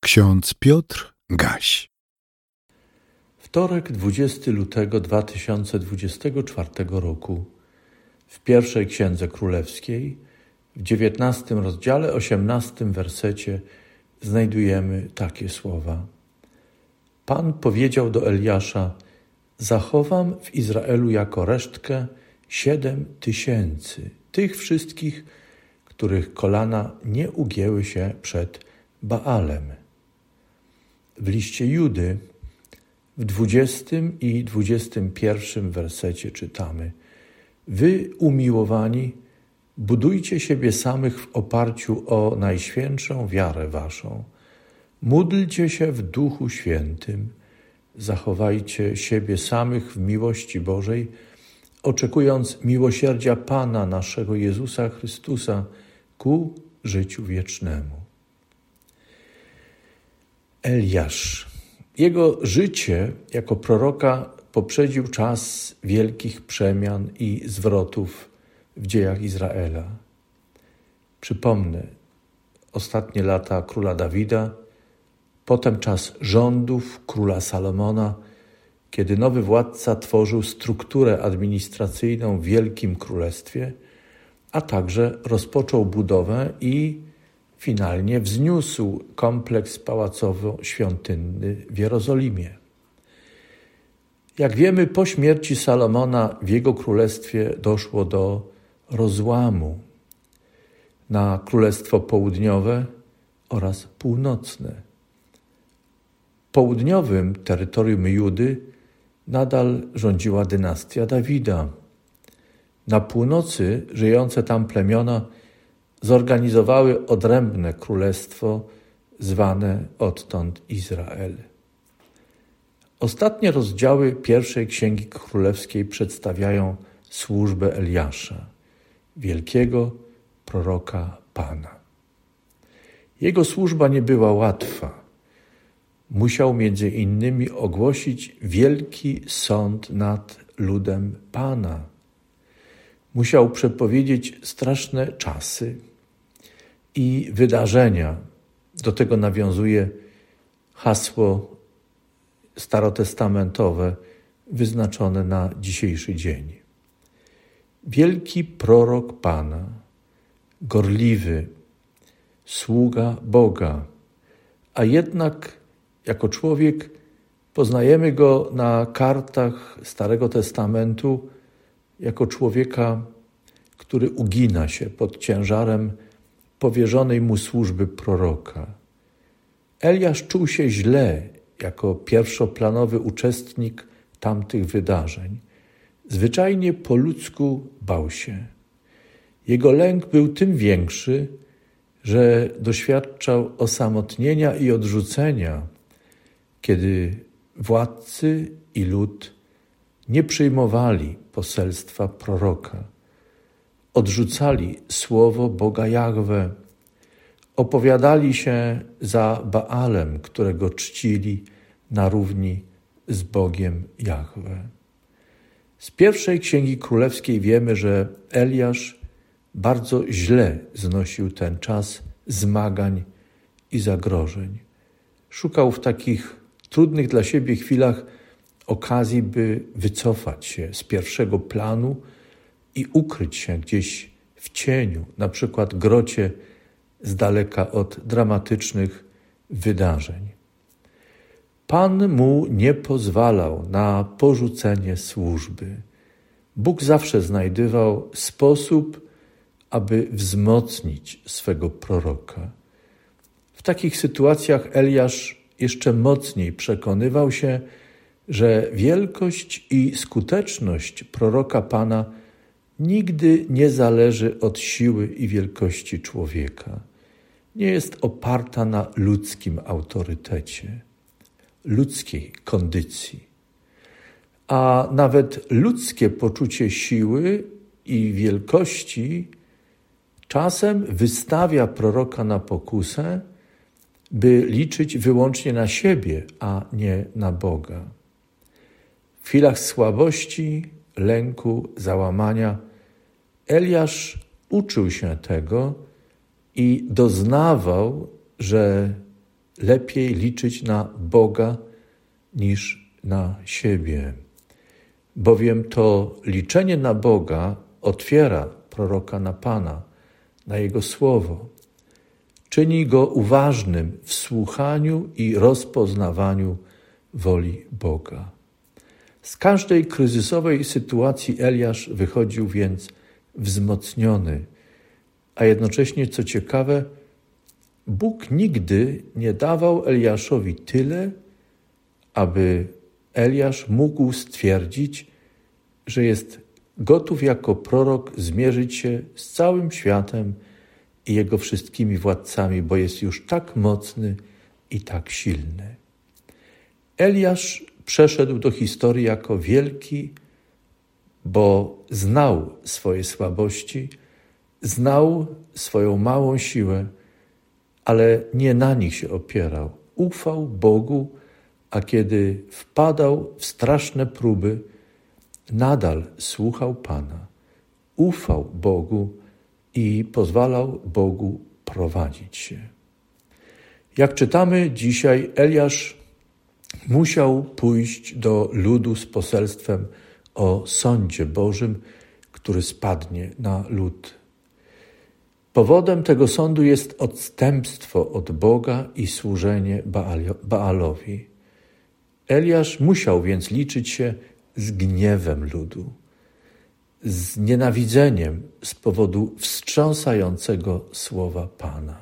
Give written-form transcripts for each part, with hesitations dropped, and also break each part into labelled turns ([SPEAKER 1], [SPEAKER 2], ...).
[SPEAKER 1] Ksiądz Piotr Gaś.
[SPEAKER 2] Wtorek, 20 lutego 2024 roku. W pierwszej Księdze Królewskiej, w 19 rozdziale, 18 wersecie znajdujemy takie słowa. Pan powiedział do Eliasza: zachowam w Izraelu jako resztkę 7 000, tych wszystkich, których kolana nie ugięły się przed Baalem. W liście Judy w 20 i 21 wersecie czytamy: Wy, umiłowani, budujcie siebie samych w oparciu o najświętszą wiarę waszą. Módlcie się w Duchu Świętym. Zachowajcie siebie samych w miłości Bożej, oczekując miłosierdzia Pana naszego Jezusa Chrystusa ku życiu wiecznemu. Eliasz. Jego życie jako proroka poprzedził czas wielkich przemian i zwrotów w dziejach Izraela. Przypomnę, ostatnie lata króla Dawida, potem czas rządów króla Salomona, kiedy nowy władca tworzył strukturę administracyjną w Wielkim Królestwie, a także rozpoczął budowę i finalnie wzniósł kompleks pałacowo-świątynny w Jerozolimie. Jak wiemy, po śmierci Salomona w jego królestwie doszło do rozłamu na Królestwo Południowe oraz Północne. Południowym terytorium Judy nadal rządziła dynastia Dawida. Na północy żyjące tam plemiona zorganizowały odrębne królestwo zwane odtąd Izrael. Ostatnie rozdziały pierwszej Księgi Królewskiej przedstawiają służbę Eliasza, wielkiego proroka Pana. Jego służba nie była łatwa. Musiał między innymi ogłosić wielki sąd nad ludem Pana. Musiał przepowiedzieć straszne czasy i wydarzenia. Do tego nawiązuje hasło starotestamentowe wyznaczone na dzisiejszy dzień. Wielki prorok Pana, gorliwy, sługa Boga, a jednak jako człowiek poznajemy go na kartach Starego Testamentu jako człowieka, który ugina się pod ciężarem powierzonej mu służby proroka. Eliasz czuł się źle jako pierwszoplanowy uczestnik tamtych wydarzeń. Zwyczajnie po ludzku bał się. Jego lęk był tym większy, że doświadczał osamotnienia i odrzucenia, kiedy władcy i lud nie przyjmowali poselstwa proroka. Odrzucali słowo Boga Jahwe, opowiadali się za Baalem, którego czcili na równi z Bogiem Jahwe. Z pierwszej Księgi Królewskiej wiemy, że Eliasz bardzo źle znosił ten czas zmagań i zagrożeń. Szukał w takich trudnych dla siebie chwilach okazji, by wycofać się z pierwszego planu i ukryć się gdzieś w cieniu, na przykład grocie, z daleka od dramatycznych wydarzeń. Pan mu nie pozwalał na porzucenie służby. Bóg zawsze znajdował sposób, aby wzmocnić swego proroka. W takich sytuacjach Eliasz jeszcze mocniej przekonywał się, że wielkość i skuteczność proroka Pana nigdy nie zależy od siły i wielkości człowieka. Nie jest oparta na ludzkim autorytecie, ludzkiej kondycji. A nawet ludzkie poczucie siły i wielkości czasem wystawia proroka na pokusę, by liczyć wyłącznie na siebie, a nie na Boga. W chwilach słabości, lęku, załamania Eliasz uczył się tego i doznawał, że lepiej liczyć na Boga niż na siebie, bowiem to liczenie na Boga otwiera proroka na Pana, na Jego słowo. Czyni go uważnym w słuchaniu i rozpoznawaniu woli Boga. Z każdej kryzysowej sytuacji Eliasz wychodził więc wzmocniony, a jednocześnie, co ciekawe, Bóg nigdy nie dawał Eliaszowi tyle, aby Eliasz mógł stwierdzić, że jest gotów jako prorok zmierzyć się z całym światem i jego wszystkimi władcami, bo jest już tak mocny i tak silny. Eliasz przeszedł do historii jako wielki, bo znał swoje słabości, znał swoją małą siłę, ale nie na nich się opierał. Ufał Bogu, a kiedy wpadał w straszne próby, nadal słuchał Pana. Ufał Bogu i pozwalał Bogu prowadzić się. Jak czytamy dzisiaj, Eliasz musiał pójść do ludu z poselstwem o sądzie Bożym, który spadnie na lud. Powodem tego sądu jest odstępstwo od Boga i służenie Baalowi. Eliasz musiał więc liczyć się z gniewem ludu, z nienawidzeniem z powodu wstrząsającego słowa Pana.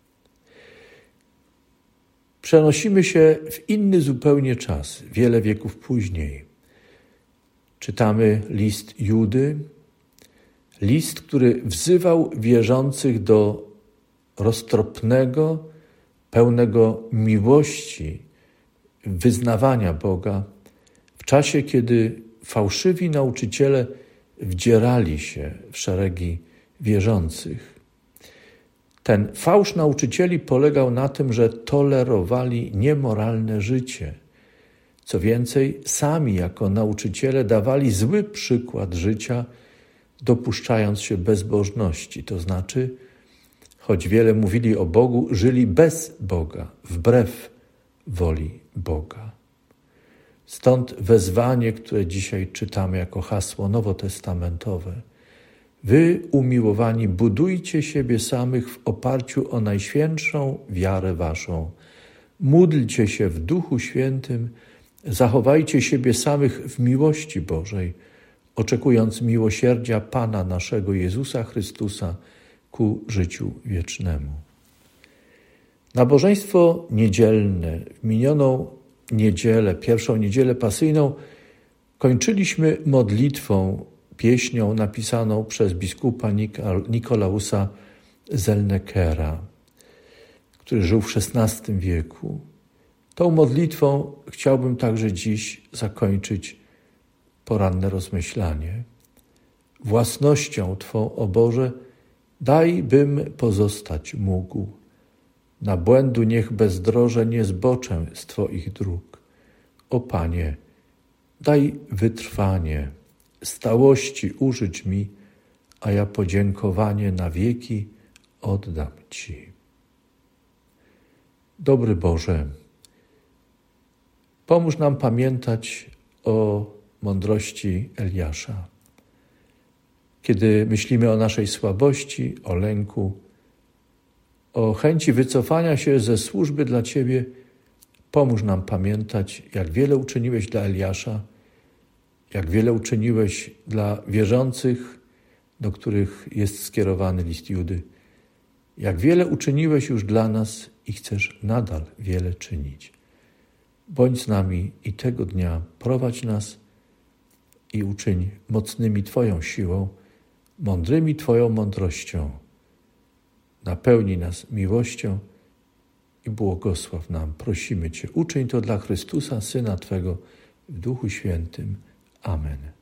[SPEAKER 2] Przenosimy się w inny zupełnie czas, wiele wieków później. Czytamy list Judy, list, który wzywał wierzących do roztropnego, pełnego miłości, wyznawania Boga w czasie, kiedy fałszywi nauczyciele wdzierali się w szeregi wierzących. Ten fałsz nauczycieli polegał na tym, że tolerowali niemoralne życie. Co więcej, sami jako nauczyciele dawali zły przykład życia, dopuszczając się bezbożności. To znaczy, choć wiele mówili o Bogu, żyli bez Boga, wbrew woli Boga. Stąd wezwanie, które dzisiaj czytamy jako hasło nowotestamentowe. Wy, umiłowani, budujcie siebie samych w oparciu o najświętszą wiarę waszą. Módlcie się w Duchu Świętym, zachowajcie siebie samych w miłości Bożej, oczekując miłosierdzia Pana naszego Jezusa Chrystusa ku życiu wiecznemu. Nabożeństwo niedzielne, w minioną niedzielę, pierwszą niedzielę pasyjną, kończyliśmy modlitwą, pieśnią napisaną przez biskupa Nikolausa Zelnekera, który żył w XVI wieku. Tą modlitwą chciałbym także dziś zakończyć poranne rozmyślanie. Własnością Twą, o Boże, daj, bym pozostać mógł. Na błędu niech bezdroże nie zboczę z Twoich dróg. O Panie, daj wytrwanie, stałości użycz mi, a ja podziękowanie na wieki oddam Ci. Dobry Boże, pomóż nam pamiętać o mądrości Eliasza. Kiedy myślimy o naszej słabości, o lęku, o chęci wycofania się ze służby dla Ciebie, pomóż nam pamiętać, jak wiele uczyniłeś dla Eliasza, jak wiele uczyniłeś dla wierzących, do których jest skierowany list Judy, jak wiele uczyniłeś już dla nas i chcesz nadal wiele czynić. Bądź z nami i tego dnia prowadź nas i uczyń mocnymi Twoją siłą, mądrymi Twoją mądrością. Napełnij nas miłością i błogosław nam. Prosimy Cię, uczyń to dla Chrystusa, Syna Twego, w Duchu Świętym. Amen.